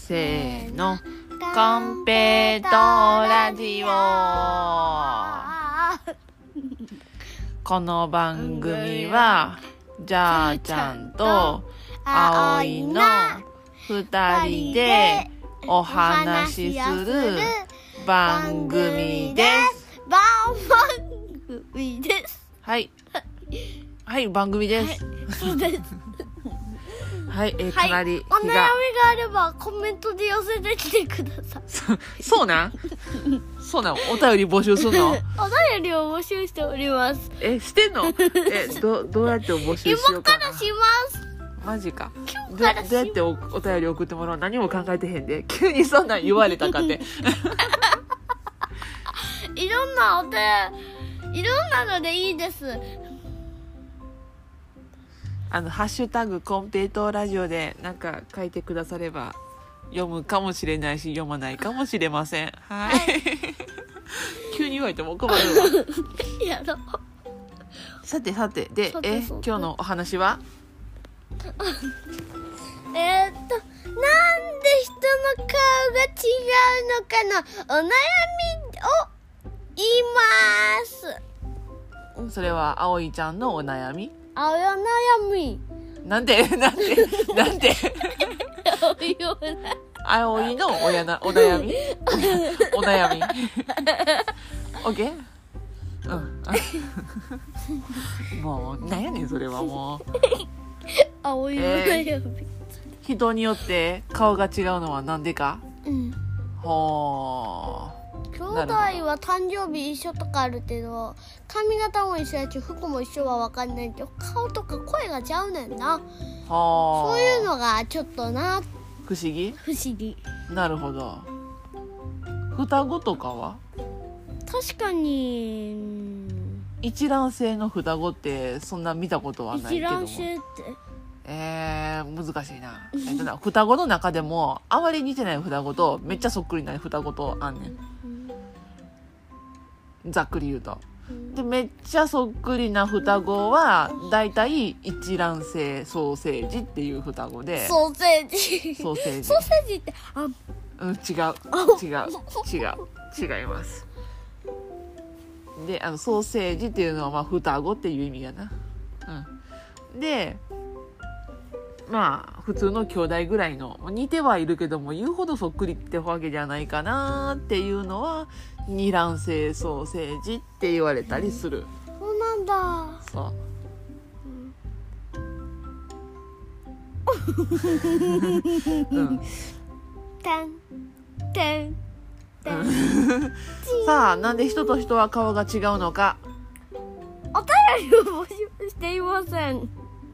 せーの、コンペイトラジオ。この番組はじゃあちゃんとあおいの2人でお話しする番組です。 番組です。 はいはい、番組です。 そうです。 はい、かなりお悩みがあればコメントで寄せてきてください。 そうなんそうなん、お便り募集するの？ お便りを募集しております。 してんの？どうやって募集しようかな。 今からします。 マジか。 今日からします。 どうやってお便り送ってもらう？何も考えてへんで。急にそんなん言われたかって。 いろんなのでいいです。 ハッシュタグコンペイトーラジオでなんか書いてくだされば読むかもしれないし読まないかもしれません。はい。急に言われても困るわ。 やろう。 さてで、今日のお話は？ なんで人の顔が違うのかのお悩みを言います。 それはあおいちゃんのお悩み？ お悩み。 なんであおいのお悩みお悩みオッケー。もうなんやねんそれはもう。 あおいの悩み。 人によって顔が違うのはなんでか？ 兄弟は誕生日一緒とかあるけど髪型も一緒やし服も一緒は分かんないけど顔とか声がちゃうねんな。そういうのがちょっとな不思議。 なるほど。双子とかは？ 確かに一卵性の双子ってそんな見たことはないけども。 一卵性って難しいな。双子の中でもあまり似てない双子とめっちゃそっくりな双子とあんねん。ざっくり言うと。でめっちゃそっくりな双子はだいたい一卵性ソーセージっていう双子で。 ソーセージって違います。でソーセージっていうのはまあ双子っていう意味やな。でまあ普通の兄弟ぐらいの似てはいるけども言うほどそっくりってわけじゃないかなっていうのは二卵性ソーセージって言われたりする。 そうなんだ。 そう、さあなんで人と人は顔が違うのか。 お便りを募集していません。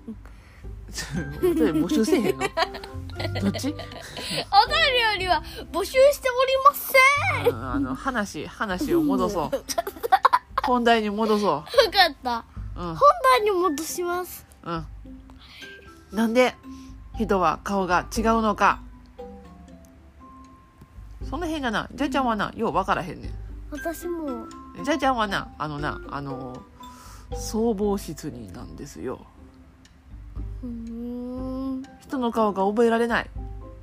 募集せえへんの？どっち？お便りよりは募集しておりません。 話を戻そう。本題に戻そう。 分かった。本題に戻します。 なんで人は顔が違うのか。その辺がな、じゃちゃんはな、よう分からへんねん。 私も。 じゃちゃんはな、総合失認なんですよ。人の顔が覚えられない。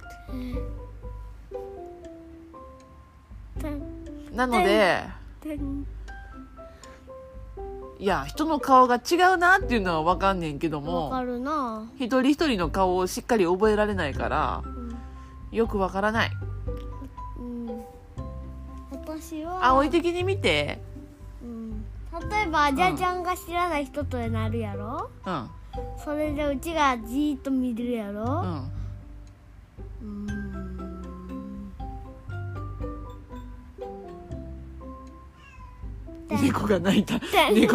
なのでいや人の顔が違うなっていうのは分かんねんけども、 分かるな。 一人一人の顔をしっかり覚えられないから、よく分からない。 私は葵的に見て、 例えばじゃじゃんが知らない人となるやろ。それでうちがじーっと見るやろ。 猫が泣いた。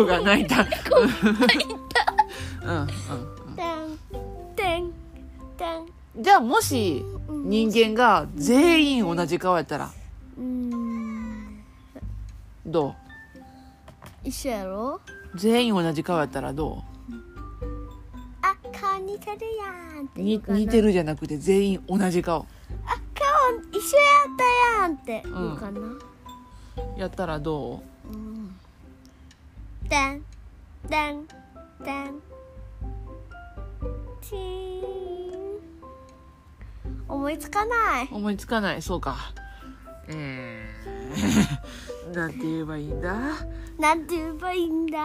じゃあもし人間が全員同じ顔やったらどう？ 一緒やろ。 全員同じ顔やったらどう？ 顔似てるやんって似てるじゃなくて全員同じ顔。 顔一緒やったやんって言うかな。 やったらどう？ 思いつかない。 思いつかない。そうか。なんて言えばいいんだ。 なんて言えばいいんだ。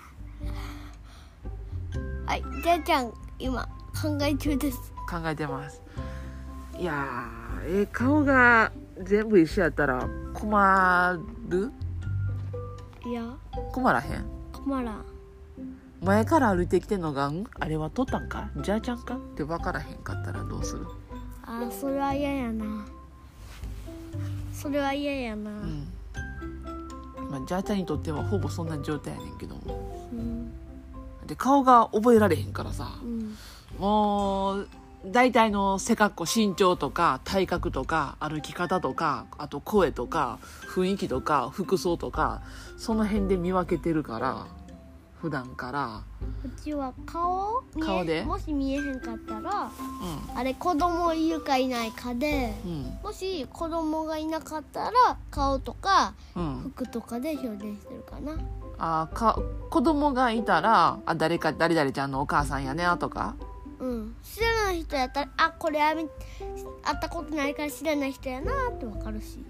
はい、じゃあちゃん今考え中です。 考えてます。いやー、顔が全部一緒やったら困る？ いや、 困らへん。 困らん。 前から歩いてきてんのが、あれは取ったんか、じゃあちゃんかって分からへんかったらどうする？ あ、それは嫌やな。それは嫌やな。 まあ、じゃあちゃんにとってはほぼそんな状態やねんけども、で顔が覚えられへんからさ、もう大体の背格好、身長とか体格とか歩き方とか、あと声とか雰囲気とか服装とか、その辺で見分けてるから、普段から。 うちは顔でもし見えへんかったら、あれ子供いるかいないかで、もし子供がいなかったら顔とか服とかで表現してるかな。 子供がいたら、誰々ちゃんのお母さんやねとか、 知らない人やったら、これ会ったことないから知らない人やなって分かるし。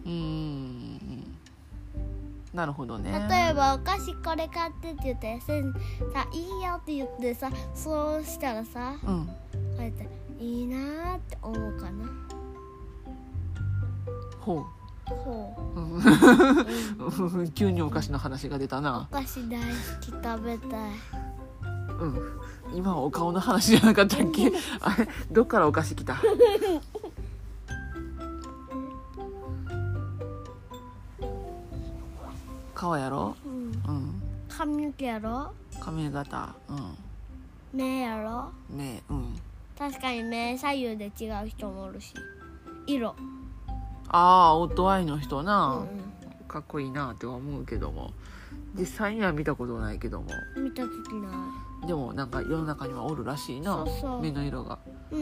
なるほどね。 例えばお菓子これ買ってって言ったらさ、いいよって言ってさ、そうしたらさ、こうやっていいなーって思うかな。 ほう。急にお菓子の話が出たな。 お菓子大好き、食べたい。 今はお顔の話じゃなかったっけ？あれ、どっからお菓子来た？顔やろ？ 髪の毛やろ？ 髪型。 目やろ？ 目。 確かに目左右で違う人もおるし。色。 オットアイの人な、かっこいいなって思うけども、実際には見たことないけども。 見た時ない。 でもなんか世の中にはおるらしいな。 そう目の色が。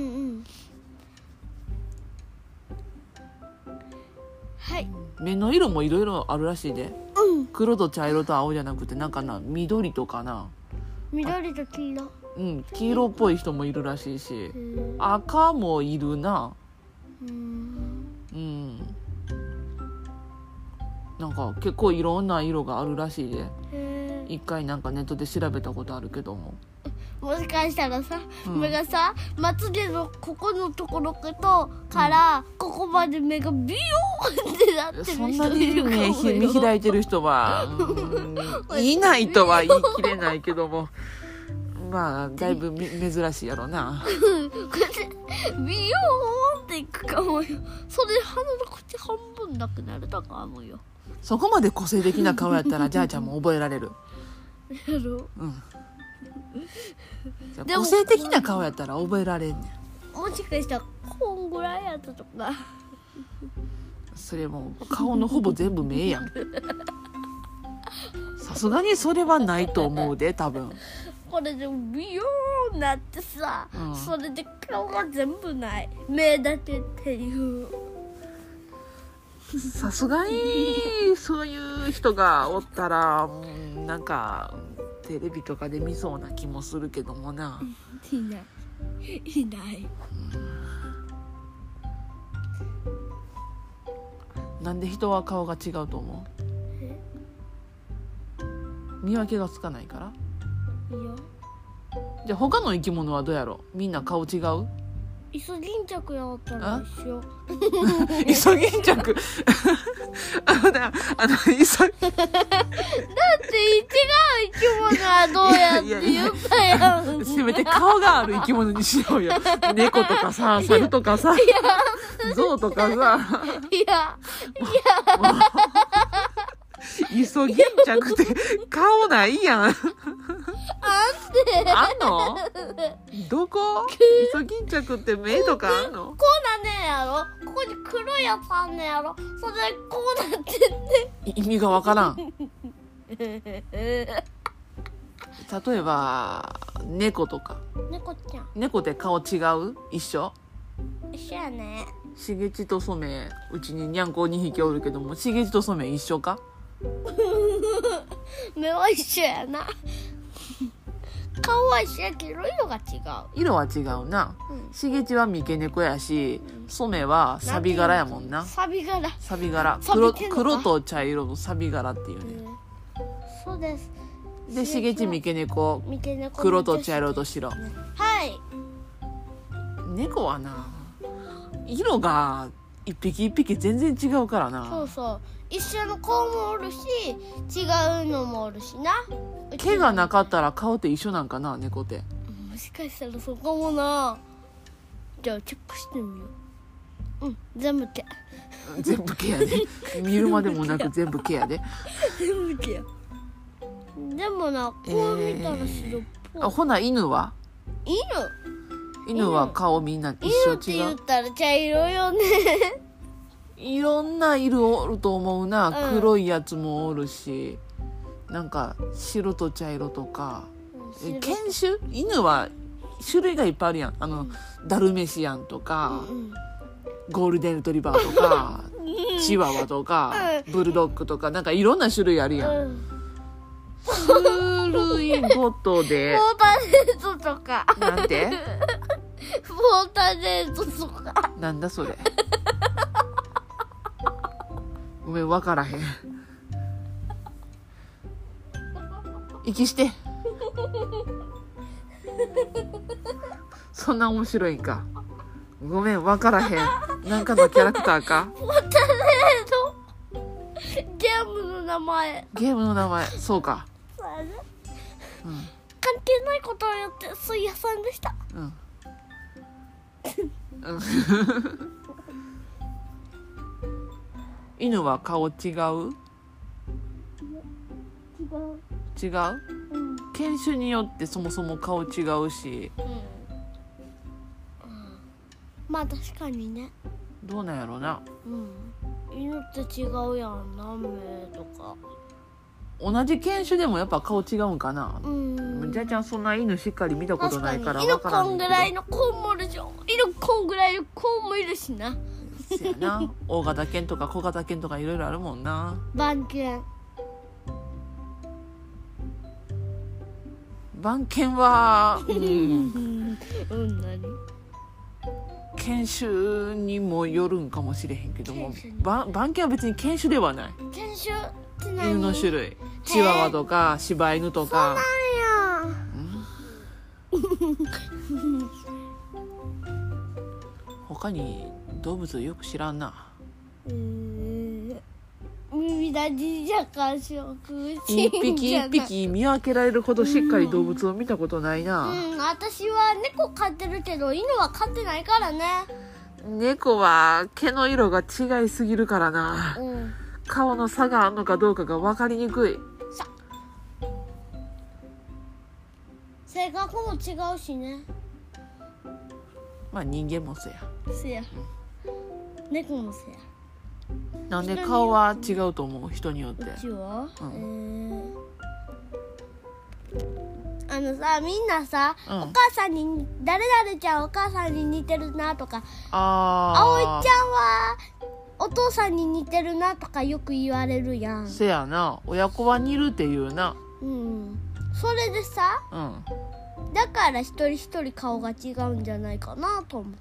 はい。 目の色もいろいろあるらしいで。黒と茶色と青じゃなくて、なんか緑とかな。 緑と黄色。 黄色っぽい人もいるらしいし、赤もいるな。なんか結構いろんな色があるらしいで。一回なんかネットで調べたことあるけども、 もしかしたらさ、目がさ、まつげのここのところからここまで目がビヨーンってなってる人いるかもよ。 そんなに見開いてる人はいないとは言い切れないけども、まあだいぶ珍しいやろな。 こうやってビヨーンっていくかもよ。それで鼻の口半分なくなるとかもよ。 そこまで個性的な顔やったらじゃあちゃんも覚えられる。 やろ？ 個性的な顔やったら覚えられんねん。 もしかしたらこんぐらいやったとか。 それもう顔のほぼ全部目やん。さすがにそれはないと思うで、多分。 これでビヨーンなってさ、それで顔が全部ない、目だけっていう。 さすがにそういう人がおったら、なんかテレビとかで見そうな気もするけどもな。 いない、 なんで人は顔が違うと思う？見分けがつかないから？ いや。 じゃあ他の生き物はどうやろ？みんな顔違う？ イソギンチャクやったら一緒。 イソギンチャクイソだって違う生き物はどうやって言ったやん。 せめて顔がある生き物にしようよ。猫とかさ、猿とかさ、象とかさ。イソギンチャクって顔ないやん。あんの？どこ？イソギンチャクって目とかあんの？ こうなんねんやろ。ここに黒いやつあんねんやろ。それでこうなってんねん。 意味がわからん。例えば猫とか。 猫ちゃん。 猫って顔違う？一緒やね。 しげちと染め、うちににゃんこ2匹おるけども、しげちと染め一緒か？ 目は一緒やな。 顔は一緒やけど色が違う。 色は違うな。しげちは三毛猫やし、染はサビ柄やもんな。 サビ柄。 サビ柄。黒と茶色のサビ柄っていうね。 そうです。 で、しげち三毛猫。黒と茶色と白。 はい。 猫はな、色が一匹一匹全然違うからな。 そうそう。一緒の子もおるし、違うのもおるしな。 毛がなかったら顔って一緒なんかな、猫って。 もしかしたらそこもな。じゃあチェックしてみよう。全部毛。 全部毛やで。見るまでもなく全部毛やで。 全部毛や。でもな、こう見たら白っぽい。 ほな、犬はは顔みんな一緒違う。 犬って言ったら茶色よね。 いろんな色おると思うな。黒いやつもおるし、なんか白と茶色とか。犬種？犬は種類がいっぱいあるやん。ダルメシアンとか、ゴールデンレトリバーとか、チワワとか、ブルドッグとか、なんかいろんな種類あるやん。種類ごとで。 フォータネートとか。 なんて？ フォータネートとか。 なんだそれ。ごめん、わからへん。息して。そんな面白いんか。ごめん、わからへん。なんかのキャラクターか。 フォータネート。ゲームの名前。 ゲームの名前、そうか。 関係ないことを言って水屋さんでした。 犬は顔違う？違う？犬種によってそもそも顔違うし。 まあ確かにね。 どうなんやろな。 犬って違うやん、何名とか。 同じ犬種でもやっぱ顔違うんかな。じゃちゃんそんな犬しっかり見たことないから分からんねんけど。 犬こんぐらいの子もいるじゃん。犬こんぐらいの子もいるしな。 そやな。大型犬とか小型犬とかいろいろあるもんな。 番犬は何犬種にもよるんかもしれへんけども、番犬は別に犬種ではない。 犬種って何？ 犬の種類。チワワとか柴犬とか。他に動物よく知らんな。 耳だじじゃか食一匹一匹見分けられるほどしっかり動物を見たことないな。 私は猫飼ってるけど犬は飼ってないからね。 猫は毛の色が違いすぎるからな。顔の差があるのかどうかが分かりにくい。 性格も違うしね。 まあ人間もそうや。 せや。猫もせや。 なんで顔は違うと思う？人によって。 うちは？さ、みんなさ、お母さんに誰々ちゃんお母さんに似てるなとか、葵ちゃんはお父さんに似てるなとかよく言われるやん。 せやな。親子は似るっていうな。 それでさ、だから一人一人顔が違うんじゃないかなと思って。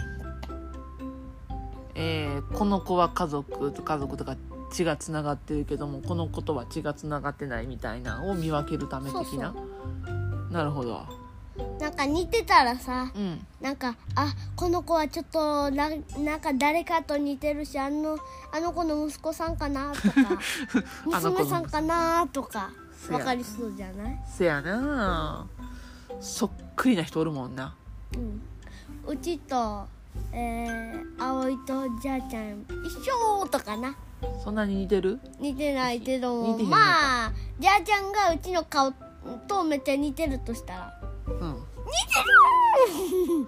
この子は家族とか血がつながってるけども、この子とは血がつながってないみたいなのを見分けるため的な。なるほど。 なんか似てたらさ、なんかこの子はちょっとなんか誰かと似てるし、あの子の息子さんかなとか娘さんかなとか分かりそうじゃない？ せやな。そっくりな人おるもんな。 うちと葵とじゃあちゃん一緒とかな。 そんなに似てる？似てないけども、まあじゃあちゃんがうちの顔とめっちゃ似てるとしたら、似てるよ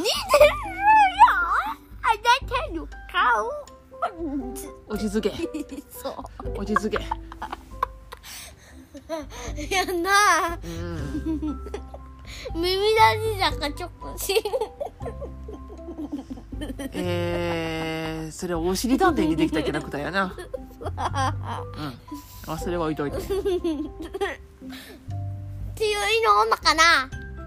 あなたの顔。 落ち着け。 そう落ち着け。 やんな。耳だじ坂直進。 それはおしりたんていにできたキャラクターやな。それは置いといて。 強いのかな。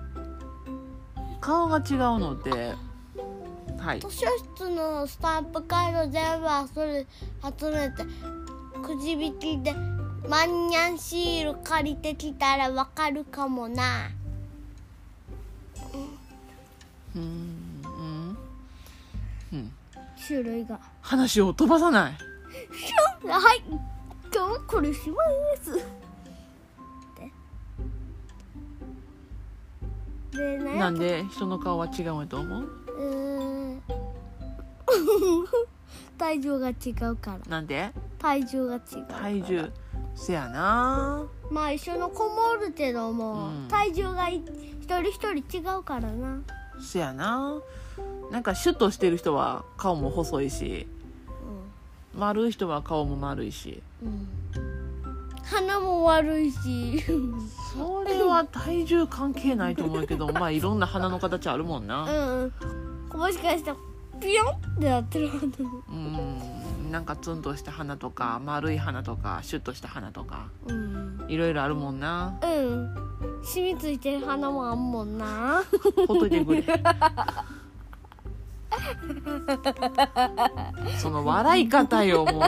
顔が違うのって、はい、 図書室のスタンプカード全部集めてくじ引きでマンニャンシール借りてきたらわかるかもな。種類が。 話を飛ばさない。 はい、今日はこれしますでなんで人の顔は違うんやと思う？ 体重が違うから。 なんで？ 体重が違う。 体重せやな。 まあ一緒の子もおるけども、体重が一人一人違うからな。 せやな。なんかシュッとしてる人は顔も細いし、丸い人は顔も丸いし、 鼻も悪いしそれは体重関係ないと思うけどまあいろんな鼻の形あるもんな。 もしかしたらピヨンってなってる鼻なんかツンとした鼻とか丸い鼻とかシュッとした鼻とか、いろいろあるもんな。 染みついてる鼻もあんもんな。 ほっといてくれその笑い方よもう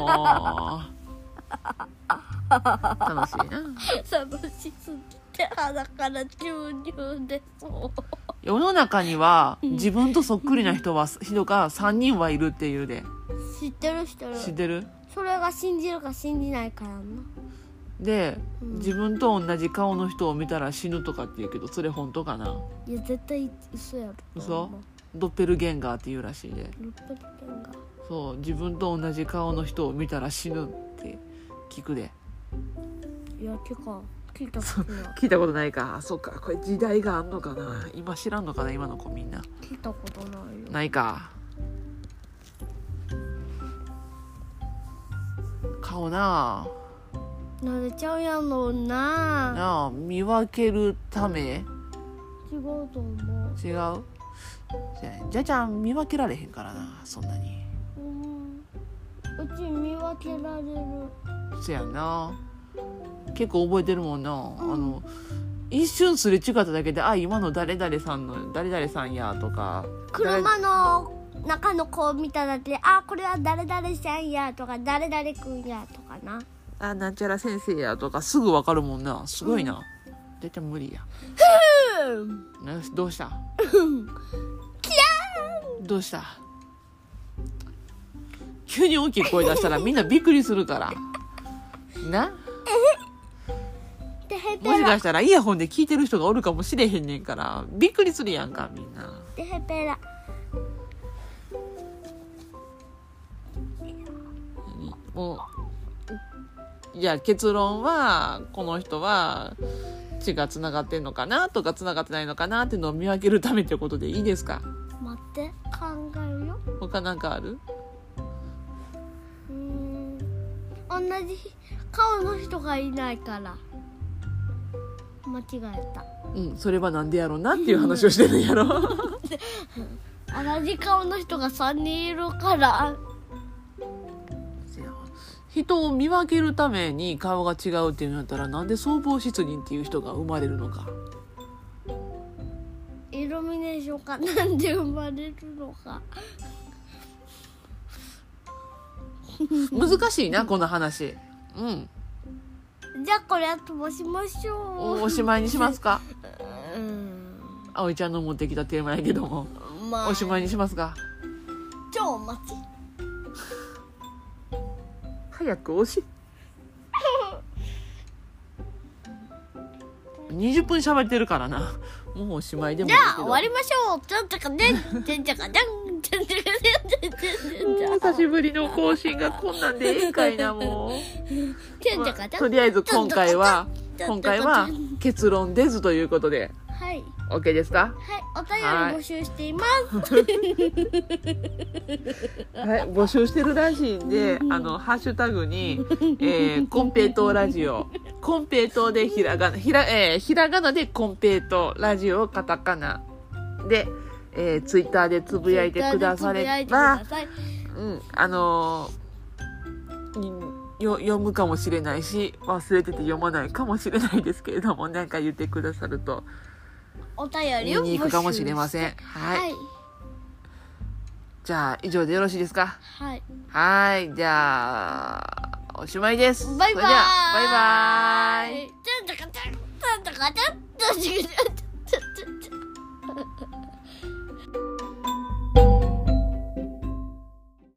楽しいな。 楽しすぎて鼻から注入でそう。 世の中には自分とそっくりな人が3人はいるっていうで。 知ってる。 知ってる？それが信じるか信じないからな。 で、自分と同じ顔の人を見たら死ぬとかって言うけど、それ本当かな？ いや絶対嘘やろ。 嘘？ドッペルゲンガーって言うらしいで。 ドッペルゲンガー。 そう、自分と同じ顔の人を見たら死ぬって聞くで。 いや聞いたことない。 聞いたことないか。そっか、これ時代があんのかな。今知らんのかな、今の子みんな。 聞いたことないよ。 ないか。顔な慣れちゃうやんのなあ、見分けるため。 違うと思う。 違う？じゃじゃん見分けられへんからな、そんなに。 うち見分けられる。 そやな。結構覚えてるもんな。一瞬すれ違っただけで、あ、今の誰々さんの誰々さんやとか。 車の中の子を見ただけで、あ、これは誰々さんやとか誰々くんやとかな。 あ、なんちゃら先生やとかすぐわかるもんな。すごいな。絶対無理や。どうした？ キャーン。 どうした？急に大きい声出したらみんなびっくりするからな。もしかしたらイヤホンで聞いてる人がおるかもしれへんねんからびっくりするやんかみんな。 テヘペラ。 もうじゃあ結論はこの人は血がつながってんのかなとかつながってないのかなっていうのを見分けるためってことでいいですか？ 待って考えるよ。 他なんかある？ 同じ顔の人がいないから間違えた。 それはなんでやろうなっていう話をしてるんやろ。 同じ顔の人が3人いるから。 人を見分けるために顔が違うっていうんだったらなんで相貌失認っていう人が生まれるのか。 イルミネーションかなんで生まれるのか。 難しいなこの話。 じゃあこれは飛ばしましょう。 おしまいにしますか？葵ちゃんの持ってきたテーマやけども、おしまいにしますか？ 超待ち。 早く押し。20分喋ってるからな。もうおしまいでもいいけど。 じゃあ終わりましょう。ちゃんちゃかでんちゃんちゃかでんちゃんちゃかでんちゃん。 久しぶりの更新がこんなんでええんかいなもう。 ちゃんちゃかでん。 とりあえず今回は結論出ずということで。 はい。 OK ですか？ はい。お便り募集しています。 はい、募集してるらしいんで、ハッシュタグに、コンペイトーラジオ、コンペイトーでひらがなでコンペイトーラジオカタカナで、ツイッターでつぶやいてくだされば、 読むかもしれないし、忘れてて読まないかもしれないですけれども、なんか言ってくださるとお便りを見に行くかもしれません。はい、じゃあ以上でよろしいですか？はい、じゃあおしまいです。 バイバーイ。 それではバイバーイ。 ちょっとかちょっとかちょっと